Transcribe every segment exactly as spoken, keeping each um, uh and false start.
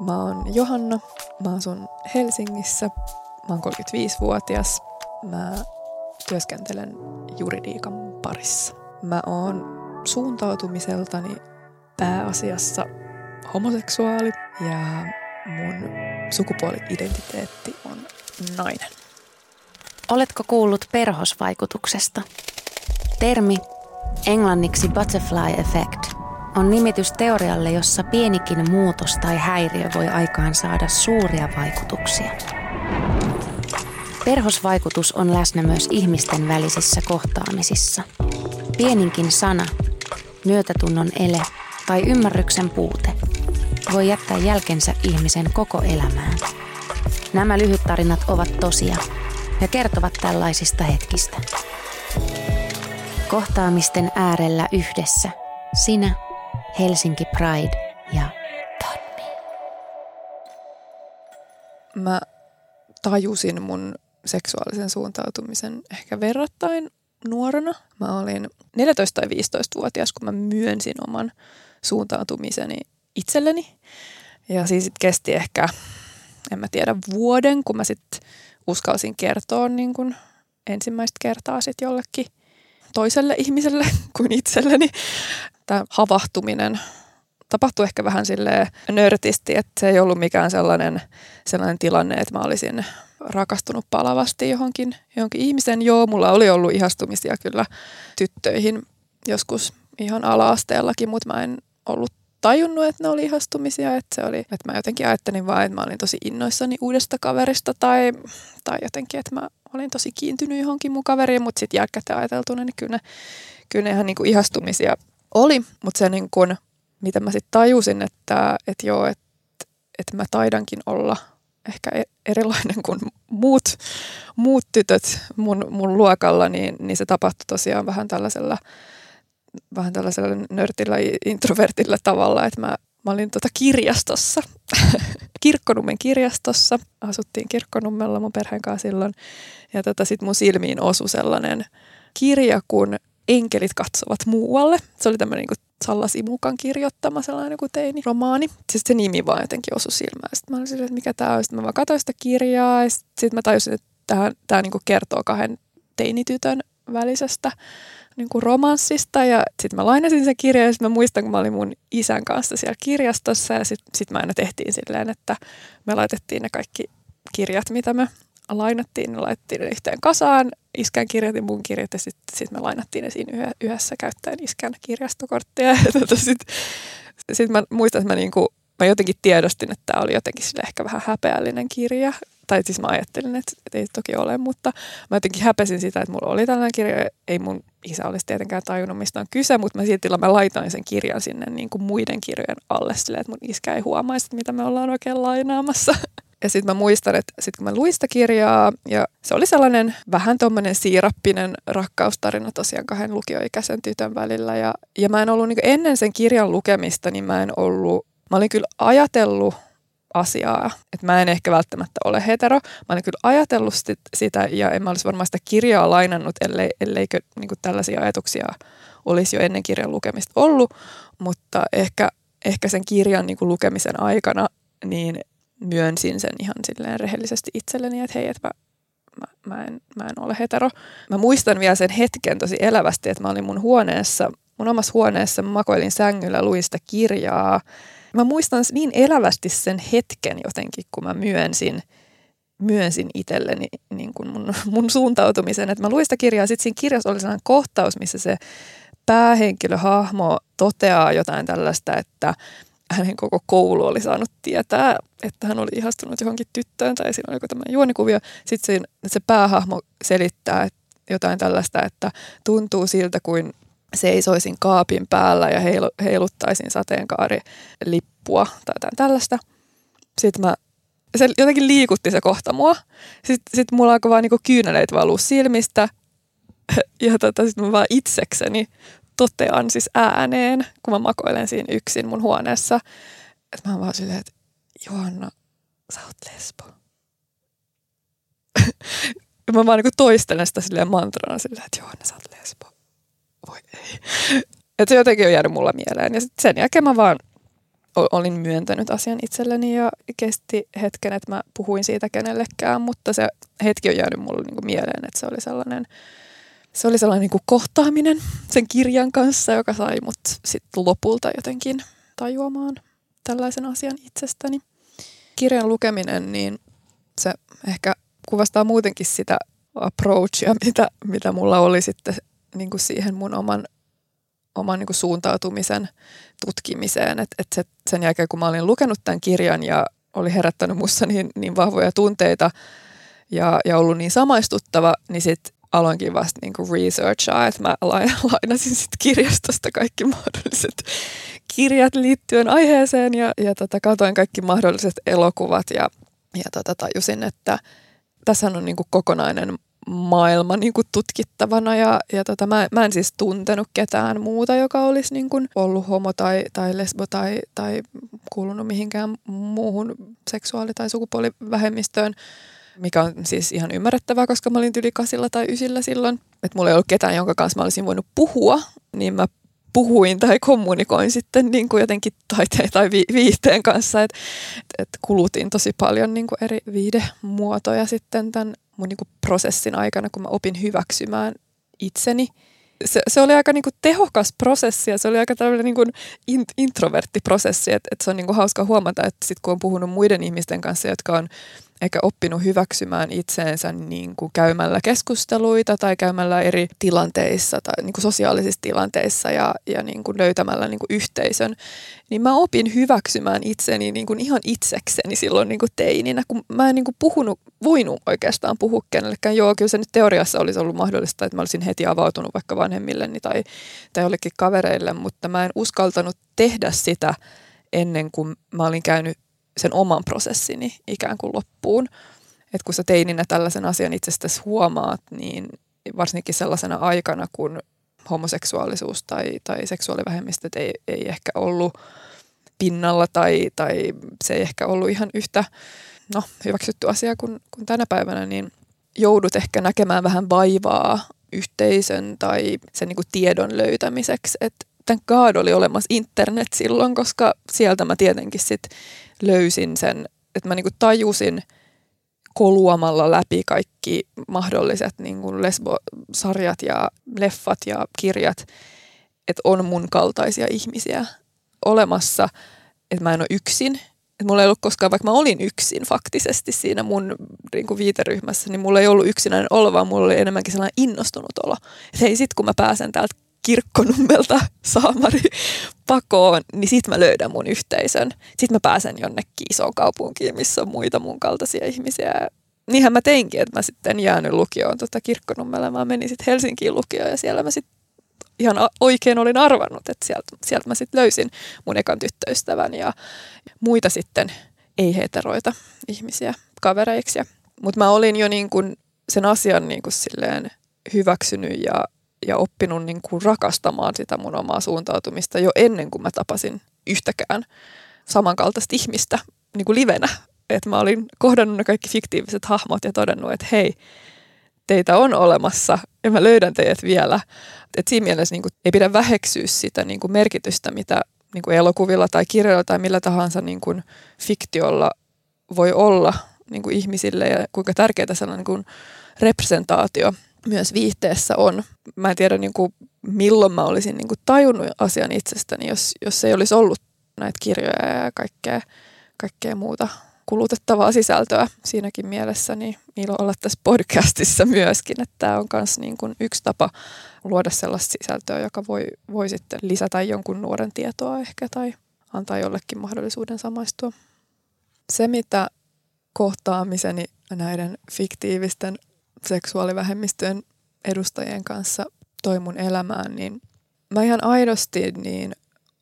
Mä oon Johanna, mä asun Helsingissä, mä oon kolmekymmentäviisivuotias, mä työskentelen juridiikan parissa. Mä oon suuntautumiseltani pääasiassa homoseksuaali ja mun sukupuoli-identiteetti on nainen. Oletko kuullut perhosvaikutuksesta? Termi, englanniksi butterfly effect, on nimitys teorialle, jossa pienikin muutos tai häiriö voi aikaan saada suuria vaikutuksia. Perhosvaikutus on läsnä myös ihmisten välisissä kohtaamisissa. Pieninkin sana, myötätunnon ele tai ymmärryksen puute voi jättää jälkensä ihmisen koko elämään. Nämä lyhyttarinat ovat tosia ja kertovat tällaisista hetkistä. Kohtaamisten äärellä yhdessä sinä, Helsinki Pride ja Tonni. Mä tajusin mun seksuaalisen suuntautumisen ehkä verrattain nuorena. Mä olin neljätoista- tai viisitoistavuotias, kun mä myönsin oman suuntautumiseni itselleni. Ja siis sit kesti ehkä, en mä tiedä, vuoden, kun mä sit uskalsin kertoa niin kun ensimmäistä kertaa sit jollekin toiselle ihmiselle kuin itselleni. Tämä havahtuminen tapahtui ehkä vähän silleen nörtisti, että se ei ollut mikään sellainen, sellainen tilanne, että mä olisin rakastunut palavasti johonkin, johonkin ihmisen. Joo, mulla oli ollut ihastumisia kyllä tyttöihin joskus ihan ala-asteellakin, mutta mä en ollut tajunnut, että ne oli ihastumisia. Että se oli, että mä jotenkin ajattelin vaan, että mä olin tosi innoissani uudesta kaverista tai, tai jotenkin, että mä olin tosi kiintynyt johonkin mun kaveriin, mutta sitten jälkikäteen ajateltuna, niin kyllä ne, kyllä ne ihan niin kuin ihastumisia oli. Mutta se niin kuin, mitä mä sitten tajusin, että, että joo, että, että mä taidankin olla ehkä erilainen kuin muut, muut tytöt mun, mun luokalla, niin, niin se tapahtui tosiaan vähän tällaisella, vähän tällaisella nörtillä, introvertilla tavalla, että mä, mä olin tota kirjastossa, Kirkkonummen kirjastossa, asuttiin Kirkkonummella mun perheen kanssa silloin, ja tota sit mun silmiin osui sellainen kirja, kun Enkelit katsovat muualle. Se oli tämmöinen niin Salla Simukan kirjoittama sellainen kuin teini-romaani. Sitten se nimi vaan jotenkin osui silmään. Sitten mä olin silleen, että mikä tää on. Sitten mä vaan katsoin sitä kirjaa. Sitten mä tajusin, että tää, tää niin kertoo kahden teinitytön välisestä niin kuin romanssista. Ja sitten mä lainasin sen kirjan. Ja sitten mä muistan, kun mä olin mun isän kanssa siellä kirjastossa. Ja sitten sit mä aina tehtiin silleen, että me laitettiin ne kaikki kirjat, mitä me lainattiin, ne laitettiin ne yhteen kasaan. Iskän kirjat ja mun kirjat ja sitten sit me lainattiin ne siinä yhdessä käyttäen iskän kirjastokorttia. Sitten sit mä muistan, että mä, niinku, mä jotenkin tiedostin, että tämä oli jotenkin sille ehkä vähän häpeällinen kirja. Tai siis mä ajattelin, että, että ei toki ole, mutta mä jotenkin häpesin sitä, että mulla oli tällainen kirja. Ei mun isä olisi tietenkään tajunnut, mistä on kyse, mutta mä silti mä laitoin sen kirjan sinne niin kuin muiden kirjojen alle silleen, että mun iskä ei huomaisi, että mitä me ollaan oikein lainaamassa. Ja sitten mä muistan, että sitten kun mä luin sitä kirjaa, ja se oli sellainen vähän tommoinen siirappinen rakkaustarina tosiaan kahden lukioikäisen tytön välillä. Ja, ja mä en ollut niin ennen sen kirjan lukemista, niin mä en ollut, mä olin kyllä ajatellut asiaa, että mä en ehkä välttämättä ole hetero. Mä olin kyllä ajatellut sit, sitä, ja en mä olisi varmaan sitä kirjaa lainannut, ellei, elleikö niin tällaisia ajatuksia olisi jo ennen kirjan lukemista ollut. Mutta ehkä, ehkä sen kirjan niin lukemisen aikana, niin myönsin sen ihan silleen rehellisesti itselleni, että hei, että mä, mä, mä, en, mä en ole hetero. Mä muistan vielä sen hetken tosi elävästi, että mä olin mun huoneessa, mun omassa huoneessa, mä makoilin sängyllä, luin sitä kirjaa. Mä muistan niin elävästi sen hetken jotenkin, kun mä myönsin, myönsin itselleni niin kuin mun, mun suuntautumisen. Että mä luin sitä kirjaa, sitten siinä kirjassa oli sellainen kohtaus, missä se päähenkilöhahmo toteaa jotain tällaista, että hänen koko koulu oli saanut tietää, että hän oli ihastunut johonkin tyttöön tai siinä oli joku tämmöinen juonikuvio. Sitten se, se päähahmo selittää että jotain tällaista, että tuntuu siltä kuin seisoisin kaapin päällä ja heilu, heiluttaisin sateenkaarilippua tai jotain tällaista. Sitten mä, se jotenkin liikutti se kohta mua. Sitten sit mulla alkoi vaan niinku kyyneleitä valua silmistä ja tota, sitten mä vaan itsekseni totean siis ääneen, kun mä makoilen siinä yksin mun huoneessa. Että mä oon vaan silleen, että Johanna, sä oot lesbo. Mä vaan niin toistelen sitä silleen mantrana silleen, että Johanna, sä oot lesbo. Voi ei. Että se jotenkin on jäänyt mulla mieleen. Ja sitten sen jälkeen mä vaan olin myöntänyt asian itselleni ja kesti hetken, että mä puhuin siitä kenellekään, mutta se hetki on jäänyt mulle niin kuin mieleen, että se oli sellainen, se oli sellainen niin kuin kohtaaminen sen kirjan kanssa, joka sai mut sitten lopulta jotenkin tajuamaan tällaisen asian itsestäni. Kirjan lukeminen, niin se ehkä kuvastaa muutenkin sitä approachia, mitä, mitä mulla oli sitten niin kuin siihen mun oman, oman niin kuin suuntautumisen tutkimiseen. Et, et se, sen jälkeen, kun mä olin lukenut tämän kirjan ja oli herättänyt musta niin, niin vahvoja tunteita ja, ja ollut niin samaistuttava, niin sitten aloinkin vasta niin kuin researchaa, että mä lainasin sitten kirjastosta kaikki mahdolliset kirjat liittyen aiheeseen ja, ja tota, katsoin kaikki mahdolliset elokuvat ja, ja tota, tajusin, että tässä on niin kuin kokonainen maailma niin kuin tutkittavana ja, ja tota, mä, mä en siis tuntenut ketään muuta, joka olisi niin kuin ollut homo tai, tai lesbo tai, tai kuulunut mihinkään muuhun seksuaali- tai sukupuolivähemmistöön, mikä on siis ihan ymmärrettävää, koska mä olin yli kasilla tai ysillä silloin. Että mulla ei ollut ketään, jonka kanssa mä olisin voinut puhua, niin mä puhuin tai kommunikoin sitten niin kuin jotenkin taiteen tai vi- viihteen kanssa. Että et kulutin tosi paljon niin kuin eri viihdemuotoja sitten tämän mun niin kuin prosessin aikana, kun mä opin hyväksymään itseni. Se, se oli aika niin kuin tehokas prosessi ja se oli aika tällainen niin kuin introverttiprosessi. Että et se on niin kuin hauska huomata, että sit kun on puhunut muiden ihmisten kanssa, jotka on ehkä oppinut hyväksymään itseensä niin kuin käymällä keskusteluita tai käymällä eri tilanteissa tai niin kuin sosiaalisissa tilanteissa ja, ja niin kuin löytämällä niin kuin yhteisön, niin mä opin hyväksymään itseni niin kuin ihan itsekseni silloin niin kuin teininä, kun mä en niin kuin puhunut, voinut oikeastaan puhua kenellekään. Joo, kyllä se nyt teoriassa olisi ollut mahdollista, että mä olisin heti avautunut vaikka vanhemmilleni tai, tai jollekin kavereille, mutta mä en uskaltanut tehdä sitä ennen kuin mä olin käynyt sen oman prosessini ikään kuin loppuun. Että kun sä teininä tällaisen asian itsestäsi huomaat, niin varsinkin sellaisena aikana, kun homoseksuaalisuus tai, tai seksuaalivähemmistöt ei, ei ehkä ollut pinnalla tai, tai se ei ehkä ollut ihan yhtä no, hyväksytty asia kuin, kuin tänä päivänä, niin joudut ehkä näkemään vähän vaivaa yhteisön tai sen niin kuin tiedon löytämiseksi. Että thank God oli olemassa internet silloin, koska sieltä mä tietenkin sit löysin sen, että mä niinku tajusin koluamalla läpi kaikki mahdolliset niinku lesbosarjat ja leffat ja kirjat, että on mun kaltaisia ihmisiä olemassa, että mä en ole yksin. Että mulla ei ollut koskaan, vaikka mä olin yksin faktisesti siinä mun niinku viiteryhmässä, niin mulla ei ollut yksinäinen olo, vaan mulla oli enemmänkin sellainen innostunut olo. Että hei, sit kun mä pääsen täältä Kirkkonummelta Saamari pakoon, niin sit mä löydän mun yhteisön. Sit mä pääsen jonnekin isoon kaupunkiin, missä on muita mun kaltaisia ihmisiä. Niinhän mä teinkin, että mä sitten jäänyt lukioon tota Kirkkonummella. Mä menin sitten Helsinkiin lukioon ja siellä mä sitten ihan oikein olin arvannut, että sieltä, sieltä mä sitten löysin mun ekan tyttöystävän ja muita sitten ei-heteroita ihmisiä kavereiksi. Mutta mä olin jo niin kun sen asian niin kun silleen hyväksynyt ja ja oppinut niin kuin rakastamaan sitä mun omaa suuntautumista jo ennen kuin mä tapasin yhtäkään samankaltaista ihmistä niin kuin livenä. Että mä olin kohdannut ne kaikki fiktiiviset hahmot ja todennut, että hei, teitä on olemassa ja mä löydän teidät vielä. Että siinä mielessä niin kuin ei pidä väheksyä sitä niin kuin merkitystä, mitä niin kuin elokuvilla tai kirjoilla tai millä tahansa niin kuin fiktiolla voi olla niin kuin ihmisille ja kuinka tärkeää sellainen niin kuin representaatio myös viihteessä on. Mä en tiedä niin kuin, milloin mä olisin niin kuin tajunnut asian itsestäni, jos, jos ei olisi ollut näitä kirjoja ja kaikkea, kaikkea muuta kulutettavaa sisältöä siinäkin mielessä, niin ilo olla tässä podcastissa myöskin, että tämä on myös niin kuin yksi tapa luoda sellaista sisältöä, joka voi, voi sitten lisätä jonkun nuoren tietoa ehkä tai antaa jollekin mahdollisuuden samaistua. Se, mitä kohtaamiseni näiden fiktiivisten seksuaalivähemmistöjen edustajien kanssa toi mun elämään, niin mä ihan aidosti niin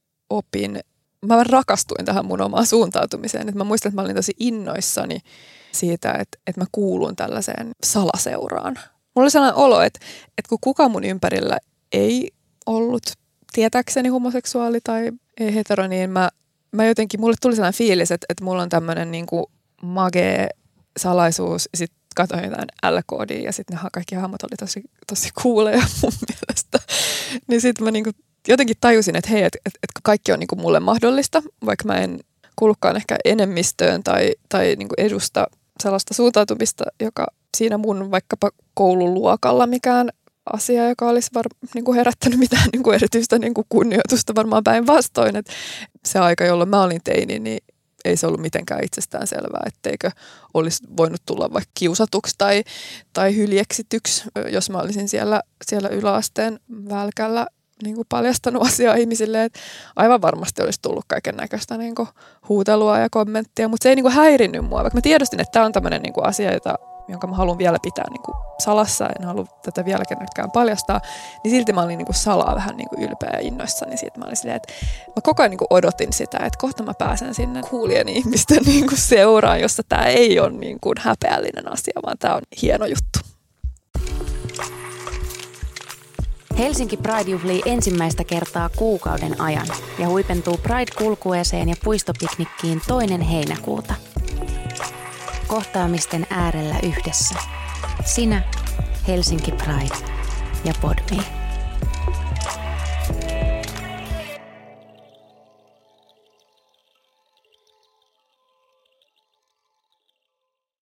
opin, mä rakastuin tähän mun omaan suuntautumiseen. Et mä muistan, että mä olin tosi innoissani siitä, että, että mä kuulun tällaiseen salaseuraan. Mulla oli sellainen olo, että, että kun kukaan mun ympärillä ei ollut tietääkseni homoseksuaali tai ei hetero, niin mä, mä jotenkin, mulle tuli sellainen fiilis, että, että mulla on tämmöinen niin kuin magee salaisuus. Sitten katsoin jotain L K D ja sitten ne kaikki hahmot oli tosi, tosi cooleja mun mielestä. Niin sitten mä niinku jotenkin tajusin, että hei, että et, et kaikki on niin kuin mulle mahdollista, vaikka mä en kuulukaan ehkä enemmistöön tai, tai niin kuin edusta sellaista suuntautumista, joka siinä mun vaikkapa koululuokalla mikään asia, joka olisi var, niin kuin herättänyt mitään niin kuin erityistä niin kuin kunnioitusta varmaan päinvastoin. Että se aika, jolloin mä olin teini, niin ei se ollut mitenkään itsestään selvää, etteikö olisi voinut tulla vaikka kiusatuksi tai, tai hyljeksityksi, jos mä olisin siellä, siellä yläasteen välkällä niin kuin paljastanut asiaa ihmisille. Että aivan varmasti olisi tullut kaiken näköistä niin kuin huutelua ja kommenttia, mutta se ei niin kuin häirinnyt mua, vaikka mä tiedostin, että tämä on tämmöinen niin kuin asia, jota jonka mä haluan vielä pitää niin kuin salassa, en halua tätä vielä kenellekään paljastaa, niin silti mä olin niin kuin salaa vähän niin kuin ylpeä ja innoissani siitä. Mä olin silleen, että mä koko ajan niin kuin odotin sitä, että kohta mä pääsen sinne kuulien ihmisten niin kuin seuraan, jossa tää ei ole niin kuin häpeällinen asia, vaan tää on hieno juttu. Helsinki Pride juhlii ensimmäistä kertaa kuukauden ajan ja huipentuu Pride-kulkueeseen ja puistopiknikkiin toinen heinäkuuta. Kohtaamisten äärellä yhdessä. Sinä, Helsinki Pride ja Podme.